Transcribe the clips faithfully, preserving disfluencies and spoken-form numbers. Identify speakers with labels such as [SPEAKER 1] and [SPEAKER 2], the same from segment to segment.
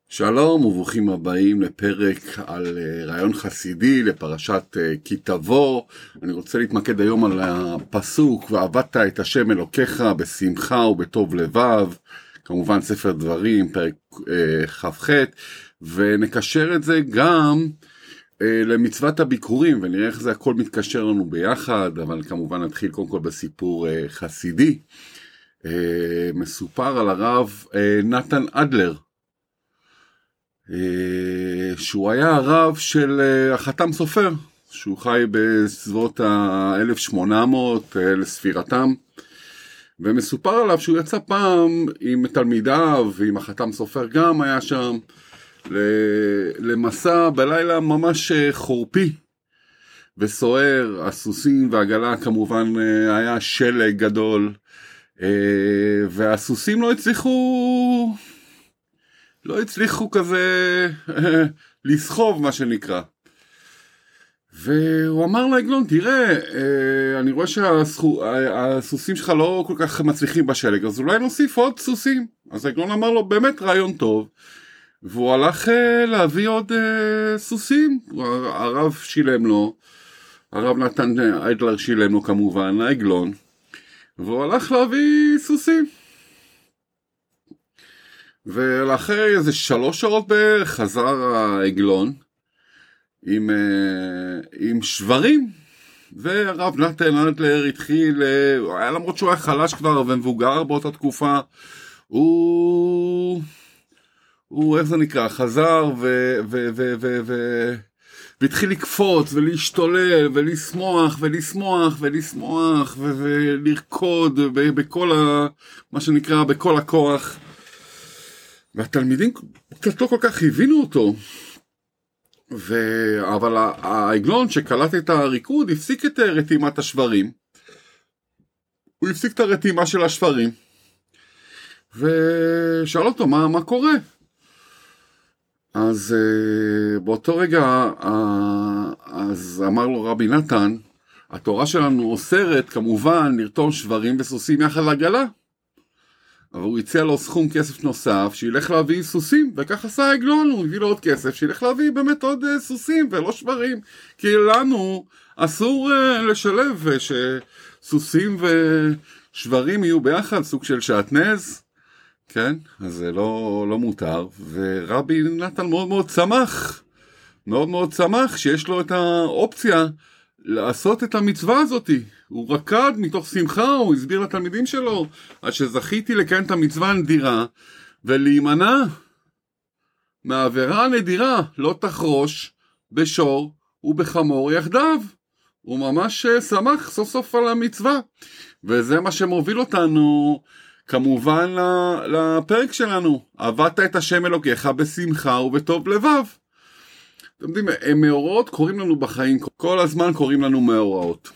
[SPEAKER 1] שלום וברוכים הבאים לפרק על רעיון חסידי לפרשת כי תבוא. אני רוצה להתמקד היום על הפסוק ועבדת את השם אלוקיך בשמחה ובטוב לבב, כמובן ספר דברים פרק כ"ח, ונקשר את זה גם למצוות הביקורים ונראה איך זה הכל מתקשר לנו ביחד. אבל כמובן נתחיל קודם כל בסיפור חסידי. מסופר על הרב נתן אדלר, שהוא היה הרב של החתם סופר, שהוא חי בסביבות ה-אלף ושמונה מאות לספירתם, ומסופר עליו שהוא יצא פעם עם תלמידיו ועם החתם סופר גם היה שם למסע בלילה ממש חורפי וסוער. הסוסים והגלה כמובן היה שלג גדול, והסוסים לא הצליחו לא הצליחו כזה לסחוב מה שנקרא. והוא אמר לעגלון, תראה, אני רואה שהסוסים שלך לא כל כך מצליחים בשלג, אז אולי נוסיף עוד סוסים. אז העגלון אמר לו, באמת רעיון טוב, והוא הלך להביא עוד סוסים. הרב שילם לו, הרב נתן אדלר שילם לו כמובן לעגלון, והוא הלך להביא סוסים. ולאחרי איזה שלוש שעות בערך חזר העגלון עם, עם שברים, והרב נתן אדלר התחיל, היה למרות שהוא היה חלש כבר ומבוגר באותה תקופה, הוא, הוא איך זה נקרא, חזר ו, ו, ו, ו, ו, והתחיל לקפוץ ולהשתולל ולשמוח ולשמוח ולשמוח ו, ולרקוד בכל ה, מה שנקרא בכל הכוח. והתלמידים קצת לא כל כך הבינו אותו, ו... אבל העגלון שקלט את הריקוד הפסיק את רתימת השברים, הוא הפסיק את הרתימה של השברים, ושאל אותו מה, מה קורה. אז באותו רגע אז אמר לו רבי נתן, התורה שלנו אוסרת כמובן לרתום שברים וסוסים יחד לעגלה, אבל הוא הציע לו סכום כסף נוסף שילך להביא סוסים, וכך עשה העגלון, הוא הביא לו עוד כסף שילך להביא באמת עוד סוסים ולא שברים, כי לנו אסור לשלב שסוסים ושברים יהיו ביחד, סוג של שעטנז, כן? אז זה לא, לא מותר. ורבי נתן מאוד מאוד שמח, מאוד מאוד שמח שיש לו את האופציה לעשות את המצווה הזאת. הוא רקד מתוך שמחה, הוא הסביר לתלמידים שלו, עד שזכיתי לקיים את המצווה הנדירה, ולהימנע מהעבירה הנדירה, לא תחרוש בשור ובחמור יחדיו. הוא ממש שמח סוף סוף על המצווה, וזה מה שמוביל אותנו כמובן לפרק שלנו, עבדת את השם אלוקיך בשמחה ובטוב לבב. אתם יודעים, מאורעות קוראים לנו בחיים, כל הזמן קוראים לנו מאורעות.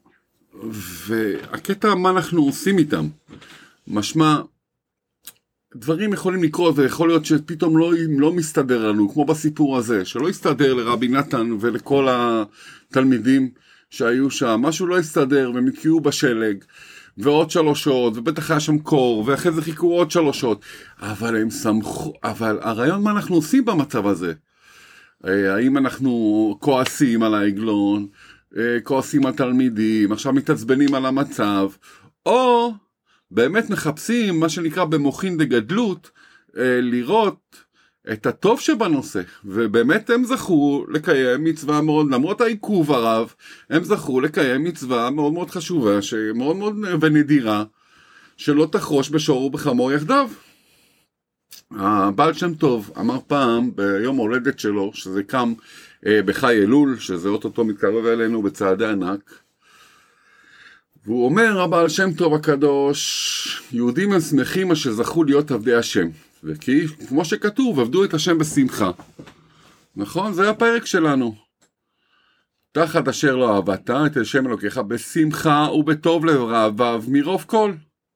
[SPEAKER 1] והקטע מה אנחנו עושים איתם, משמע דברים יכולים לקרות, ויכול להיות שפתאום לא, לא מסתדר לנו, כמו בסיפור הזה, שלא יסתדר לרבי נתן ולכל התלמידים שהיו שם, משהו לא יסתדר, והם נתקעו בשלג, ועוד שלוש שעות, ובטח היה שם קור, ואחרי זה חיכו עוד שלוש שעות, אבל הם שמחו, אבל הרעיון מה אנחנו עושים במצב הזה, האם אנחנו כועסים על העגלון, כועסים על תלמידים, עכשיו מתעצבנים על המצב, או באמת מחפשים מה שנקרא במוחין דגדלות, לראות את הטוב שבנושא, ובאמת הם זכו לקיים מצווה מאוד, למרות העיכוב הרב, הם זכו לקיים מצווה מאוד מאוד חשובה, שמאוד מאוד ונדירה, שלא תחרוש בשור ובחמור יחדיו. הבעל שם טוב אמר פעם ביום הולדת שלו, שזה קם אה, בחי אלול, שזה אוטוטו מתקרב אלינו בצעדי ענק, והוא אומר, הבעל שם טוב הקדוש, יהודים הם שמחים אשר זכו להיות עבדי השם, וכי כמו שכתוב, עבדו את השם בשמחה. נכון? זה הפרק שלנו. תחת אשר לא עבדת את השם אלוקיך בשמחה ובטוב לבב מרוב כל.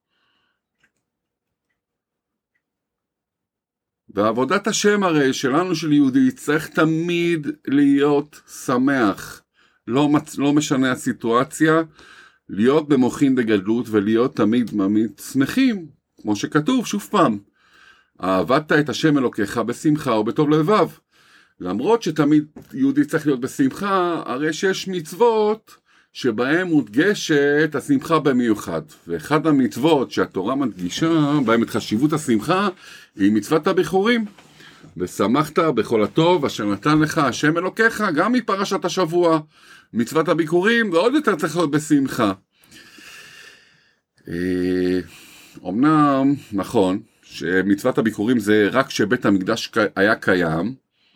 [SPEAKER 1] ועבודת השם הרי שלנו של יהודי צריך תמיד להיות שמח, לא, מצ... לא משנה הסיטואציה, להיות במוחין דגדלות ולהיות תמיד ממית שמחים, כמו שכתוב שוב פעם, עבדת את השם אלוקיך בשמחה ובטוב לבב. למרות שתמיד יהודי צריך להיות בשמחה, הרי שיש מצוות שבהם מודגשת השמחה במיוחד. ואחד המצוות שהתורה מדגישה בהם את חשיבות השמחה, היא מצוות הבכורים. ושמחת בכל הטוב אשר נתן לך השם אלוקיך, גם מפרשת השבוע. מצוות הביקורים, ועוד יותר צריך להיות בשמחה. אמנם, נכון, שמצוות הביקורים זה רק שבית המקדש היה קיים,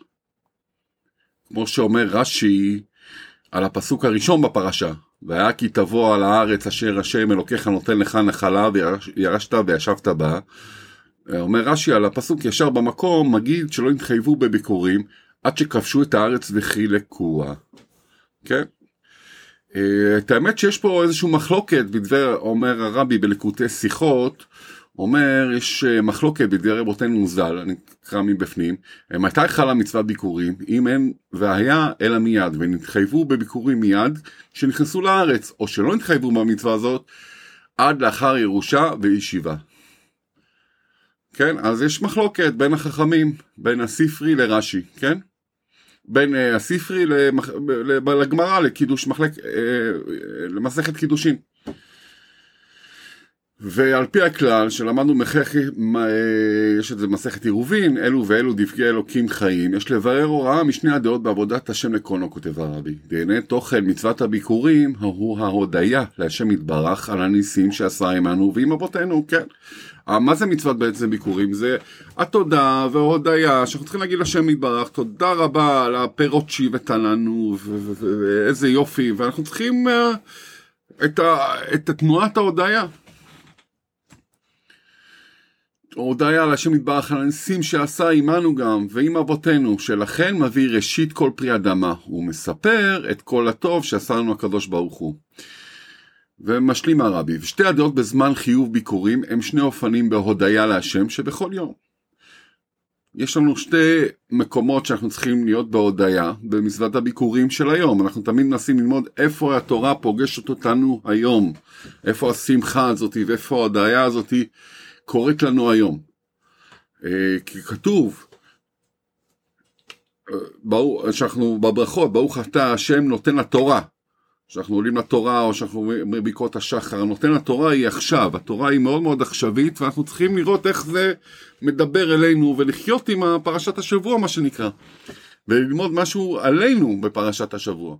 [SPEAKER 1] כמו שאומר רש"י על הפסוק הראשון בפרשה, והיה כי תבוא על הארץ אשר השם אלוקיך נותן לך נחלה וירשת וישבת בה. אומר רש"י על הפסוק ישר במקום, מגיד שלא יתחייבו בביקורים עד שכבשו את הארץ וחילקוה. כן? את האמת שיש פה איזושהי מחלוקת בדבר, אומר הרבי בליקוטי שיחות, אומר יש מחלוקת בדבר רבותינו ז"ל, אני אקרא מבפנים, מתי חלה מצוות ביקורים? אם אין והיה אלא מיד, ונתחייבו בביקורים מיד שנכנסו לארץ, או שלא נתחייבו במצווה הזאת עד לאחר ירושה וישיבה. כן, אז יש מחלוקת בין החכמים, בין הספרי לרש"י, כן? בין uh, הספרי למח... לגמרא, לקידוש מחלק, uh, למסכת קידושין. ועל פי הכלל שלמדנו מחך, יש את זה מסכת עירובין, אלו ואלו דבקי אלוקים חיים, יש לברר הוראה משני הדעות בעבודת השם לקונו, כותב הרבי. והנה תוכן מצוות הביקורים הוא ההודיה להשם יתברך על הניסים שעשה עמנו ועם אבותינו, כן. מה זה מצוות בעצם ביקורים? זה התודה וההודיה שאנחנו צריכים להגיד לשם יתברך, תודה רבה על הפירות שהבאת לנו ואיזה יופי, ואנחנו צריכים את, ה... את תנועת ההודיה. הודיה על השם יתברך על הניסים שעשה עמנו גם ועם אבותינו, שלכן מביא ראשית כל פרי אדמה, הוא מספר את כל הטוב שעשה לנו הקדוש ברוך הוא. ומשלים הרבי, ושתי הדעות בזמן חיוב ביקורים הם שני אופנים בהודיה להשם שבכל יום. יש לנו שתי מקומות שאנחנו צריכים להיות בהודיה במצוות הביקורים של היום. אנחנו תמיד מנסים ללמוד איפה התורה פוגשת אותנו היום, איפה השמחה הזאת ואיפה ההודיה הזאת קורית לנו היום. כי כתוב, שאנחנו בברכות, ברוך אתה השם נותן התורה, שאנחנו עולים לתורה או שאנחנו בברכות השחר, נותן התורה היא עכשיו, התורה היא מאוד מאוד עכשווית, ואנחנו צריכים לראות איך זה מדבר אלינו, ולחיות עם פרשת השבוע מה שנקרא, וללמוד משהו עלינו בפרשת השבוע.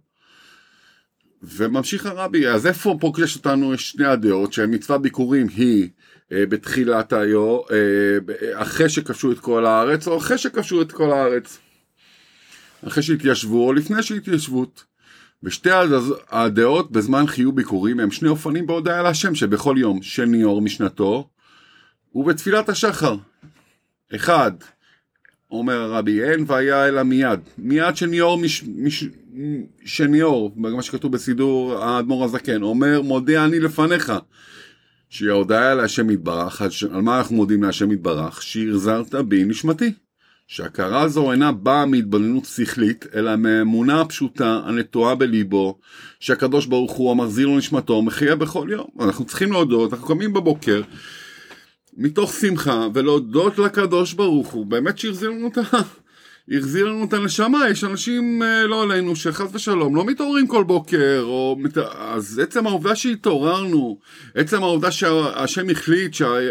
[SPEAKER 1] וממשיך הרבי, אז איפה פוגש אותנו יש שני הדעות, שהמצוות ביקורים היא בתחילת היו, אחרי שכבשו את כל הארץ, או אחרי שכבשו את כל הארץ, אחרי שהתיישבו או לפני שהתיישבות. ושתי הדעות בזמן חיוב ביקורים הם שני אופנים בהודיה להשם שבכל יום שני אור משנתו ובתפילת השחר. אחד, אומר הרבי, אין והיה אלא מיד, מיד שני אור מש, מש, שני אור, מה שכתוב בסידור האדמו"ר הזקן, אומר מודה אני לפניך, שהיא ההודיה להשם יתברך. על מה אנחנו מודים להשם יתברך? שהחזרת בי נשמתי. שהכרה זו אינה באה מהתבוננות שכלית, אלא מאמונה הפשוטה הנטועה בליבו, שהקדוש ברוך הוא המחזיר לו נשמתו, מחיה בכל יום. אנחנו צריכים להודות, אנחנו קמים בבוקר, מתוך שמחה, ולהודות לקדוש ברוך הוא, באמת שהחזיר לנו את ה... החזיר לנו את הנשמה. יש אנשים לא עלינו שחס ושלום לא מתעוררים כל בוקר, או... אז עצם העובדה שהתעוררנו, עצם העובדה שהשם החליט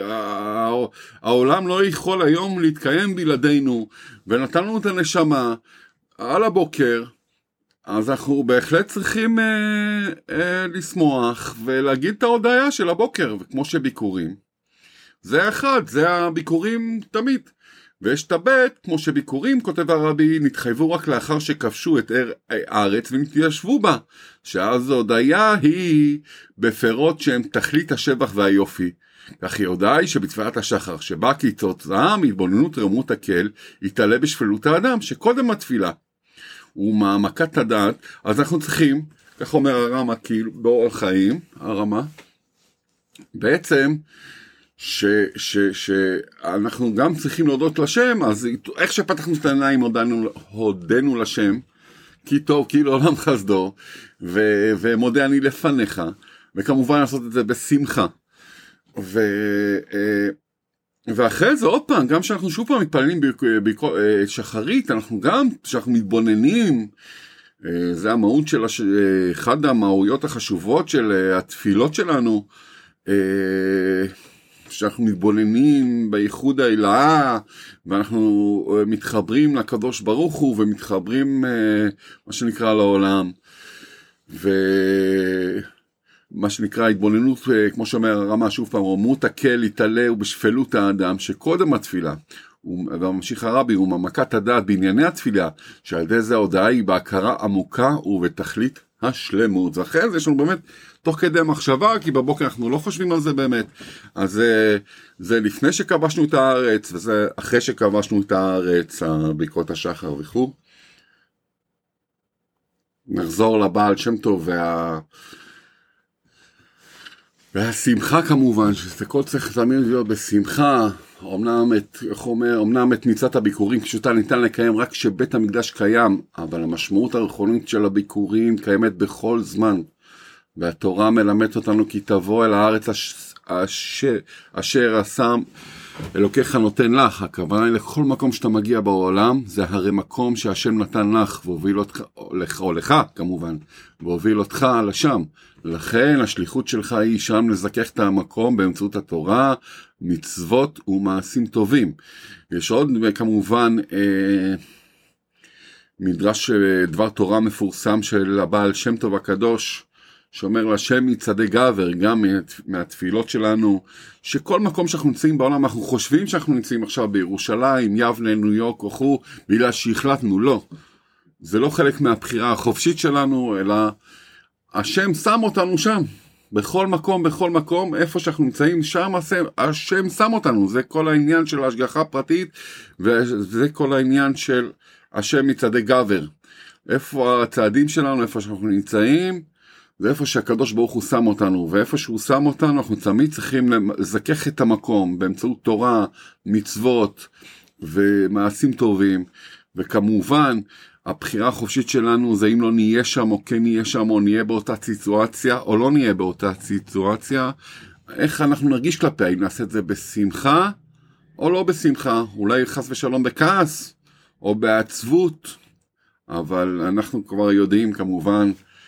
[SPEAKER 1] שהעולם לא יכול היום להתקיים בלעדינו, ונתן לנו את הנשמה על הבוקר, אז אנחנו בהחלט צריכים אה, אה, לשמוח ולהגיד את ההודיה של הבוקר, וכמו שביקורים זה אחד, זה הביקורים תמיד. ויש את הבית, כמו שביקורים, כותב הרבי, נתחייבו רק לאחר שכבשו את הארץ ונתיישבו בה, שאז ההודיה היא בפירות שהם תכלית השבח והיופי. כך היא הודיה היא שבתפילת השחר, שבה כתוצאה מהתבוננות רמות הקל, יתעלה בשפלות האדם, שקודם התפילה ומעמקת הדעת, אז אנחנו צריכים, כך אומר הרמה, כאילו באורח חיים, הרמה, בעצם, ש, ש, שאנחנו גם צריכים להודות לשם, אז איך שפתחנו את העיניים הודנו, הודנו לשם, כי טוב, כי לעולם חסדו, ו, ומודה אני לפניך, וכמובן לעשות את זה בשמחה. ואחרי זה עוד פעם, גם שאנחנו שוב פעם מתפללים בשחרית, אנחנו גם, שאנחנו מתבוננים, זה המהות של, הש... אחד המהויות החשובות של התפילות שלנו, שאנחנו מתבוננים בייחוד האלוה, ואנחנו מתחברים לקדוש ברוך הוא, ומתחברים מה שנקרא לעולם, ומה שנקרא התבוננות, כמו שאומר הרמה שוב פעם, רוממות הקל יתעלה ובשפלות האדם, שקודם התפילה, וממשיך הרבי, הוא ממקת הדעת בענייני התפילה, שעל ידי זה ההודעה היא בהכרה עמוקה ובתכלית השלמות. ואחרי זה יש לנו באמת תוך כדי מחשבה, כי בבוקר אנחנו לא חושבים על זה באמת, אז זה, זה לפני שכבשנו את הארץ, וזה אחרי שכבשנו את הארץ, ברכות השחר וכו'. נחזור לבעל שם טוב, וה... והשמחה כמובן, שזה כל צריך תמיד להיות בשמחה, אמנם את, איך אומר, אמנם את מצוות הביקורים פשוטה ניתן לקיים רק כשבית המקדש קיים, אבל המשמעות הרוחנית של הביקורים קיימת בכל זמן, והתורה מלמדת אותנו כי תבוא אל הארץ אש, אש, אשר השם אלוקיך נותן לך. הכוונה היא לכל מקום שאתה מגיע בעולם, זה הרי מקום שהשם נתן לך, והוביל אותך, לך, או לך כמובן, והוביל אותך לשם. לכן השליחות שלך היא שם לזכך את המקום באמצעות התורה, מצוות ומעשים טובים. יש עוד כמובן אה, מדרש דבר תורה מפורסם של הבעל שם טוב הקדוש, שאומר לשם מצעדי גבר, גם מהתפילות שלנו, שכל מקום שאנחנו נמצאים בעולם, אנחנו חושבים שאנחנו נמצאים עכשיו בירושלים, יבנה, ניו יורק, וכו', בגלל שהחלטנו, לא. זה לא חלק מהבחירה החופשית שלנו, אלא השם שם אותנו שם. בכל מקום, בכל מקום, איפה שאנחנו נמצאים, שם השם שם אותנו. זה כל העניין של ההשגחה פרטית, וזה כל העניין של השם מצעדי גבר. איפה הצעדים שלנו, איפה שאנחנו נמצאים, זה איפה שהקדוש ברוך הוא שם אותנו, ואיפה שהוא שם אותנו, אנחנו תמיד צריכים לזכך את המקום, באמצעות תורה, מצוות, ומעשים טובים, וכמובן, הבחירה החופשית שלנו זה אם לא נהיה שם, או כן נהיה שם, או נהיה באותה סיטואציה, או לא נהיה באותה סיטואציה, איך אנחנו נרגיש כלפי, אם נעשה את זה בשמחה, או לא בשמחה, אולי חס ושלום בכעס, או בעצבות, אבל אנחנו כבר יודעים כמובן,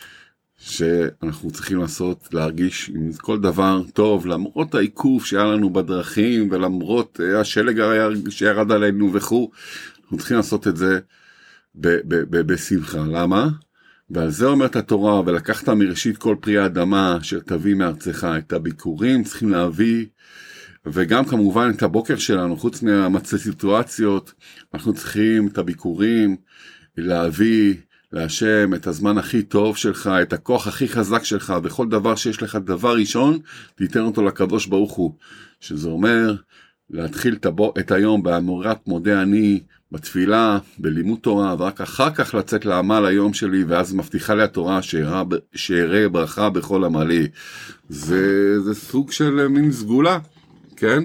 [SPEAKER 1] שאנחנו צריכים לעשות, להרגיש עם כל דבר טוב, למרות העיכוב שהיה לנו בדרכים, ולמרות השלג שירד עלינו וכו', אנחנו צריכים לעשות את זה ב- ב- ב- בשמחה. למה? ועל זה אומרת התורה, ולקחת מראשית כל פרי האדמה, שתביא מארצך. את הביקורים צריכים להביא, וגם כמובן את הבוקר שלנו, חוץ מהמצא סיטואציות, אנחנו צריכים את הביקורים להביא, להשם את הזמן הכי טוב שלך, את הכוח הכי חזק שלך, בכל דבר שיש לך דבר ראשון, תיתן אותו לקדוש ברוך הוא, שזה אומר, להתחיל את, הבו, את היום באמורת מודה אני, בתפילה, בלימוד תורה, ורק אחר כך לצאת לעמל היום שלי, ואז מבטיחה לי התורה שיראה ברכה בכל עמלי. זה, זה סוג של מין סגולה, כן?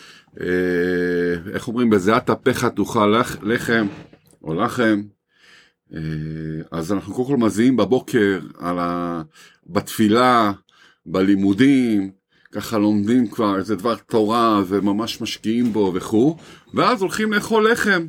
[SPEAKER 1] איך אומרים, בזיעת אפיך תאכל לחם, או לחם, אז אנחנו קודם כל מזיעים בבוקר, על ה... בתפילה, בלימודים, ככה לומדים כבר איזה דבר תורה, וממש משקיעים בו וכו', ואז הולכים לאכול לחם.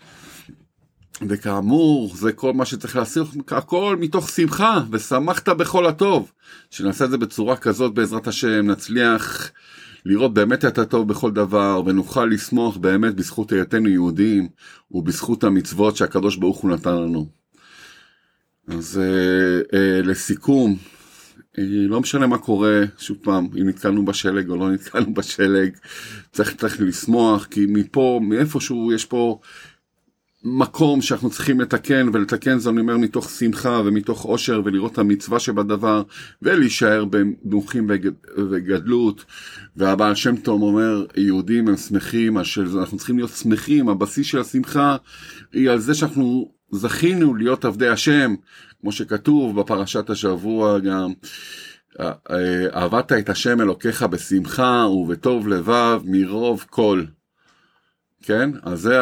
[SPEAKER 1] וכאמור, זה כל מה שצריך לעשות, הכל מתוך שמחה, ושמחת בכל הטוב. שנעשה את זה בצורה כזאת, בעזרת השם, נצליח לראות באמת את הטוב בכל דבר, ונוכל לסמוך באמת בזכות היותנו יהודים, ובזכות המצוות שהקדוש ברוך הוא נתן לנו. אז אה, אה, לסיכום, אה, לא משנה מה קורה, שוב פעם, אם נתקלנו בשלג או לא נתקלנו בשלג, צריך, צריך לשמוח, כי מפה, מאיפשהו יש פה מקום שאנחנו צריכים לתקן, ולתקן זה אני אומר מתוך שמחה ומתוך עושר, ולראות את המצווה שבדבר, ולהישאר במנוחים וגדלות. והבעל שם טוב אומר, יהודים הם שמחים, אנחנו צריכים להיות שמחים, הבסיס של השמחה היא על זה שאנחנו זכינו להיות עבדי השם, כמו שכתוב בפרשת השבוע גם, אהבת את השם אלוקיך בשמחה ובטוב לבב מרוב כל. כן? אז זה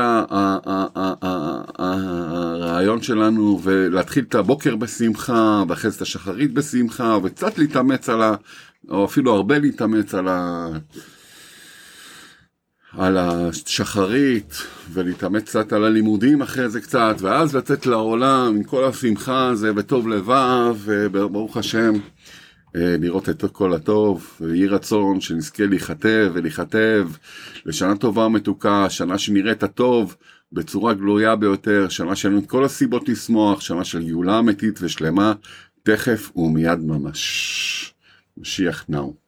[SPEAKER 1] הרעיון שלנו, ולהתחיל את הבוקר בשמחה, ואחרי זה את השחרית בשמחה, וקצת להתאמץ על ה... או אפילו הרבה להתאמץ על ה... על השחרית, ולהתאמץ קצת על הלימודים אחרי זה קצת, ואז לצאת לעולם עם כל השמחה הזה, בטוב לבב, וברוך השם, לראות את כל הטוב, ויהי רצון שנזכה להיכתב ולהיכתב, לשנה טובה ומתוקה, שנה שנראה את הטוב, בצורה גלויה ביותר, שנה שלנו את כל הסיבות לשמוח, שנה של גאולה אמיתית ושלמה, תכף ומיד ממש. משיח נאו.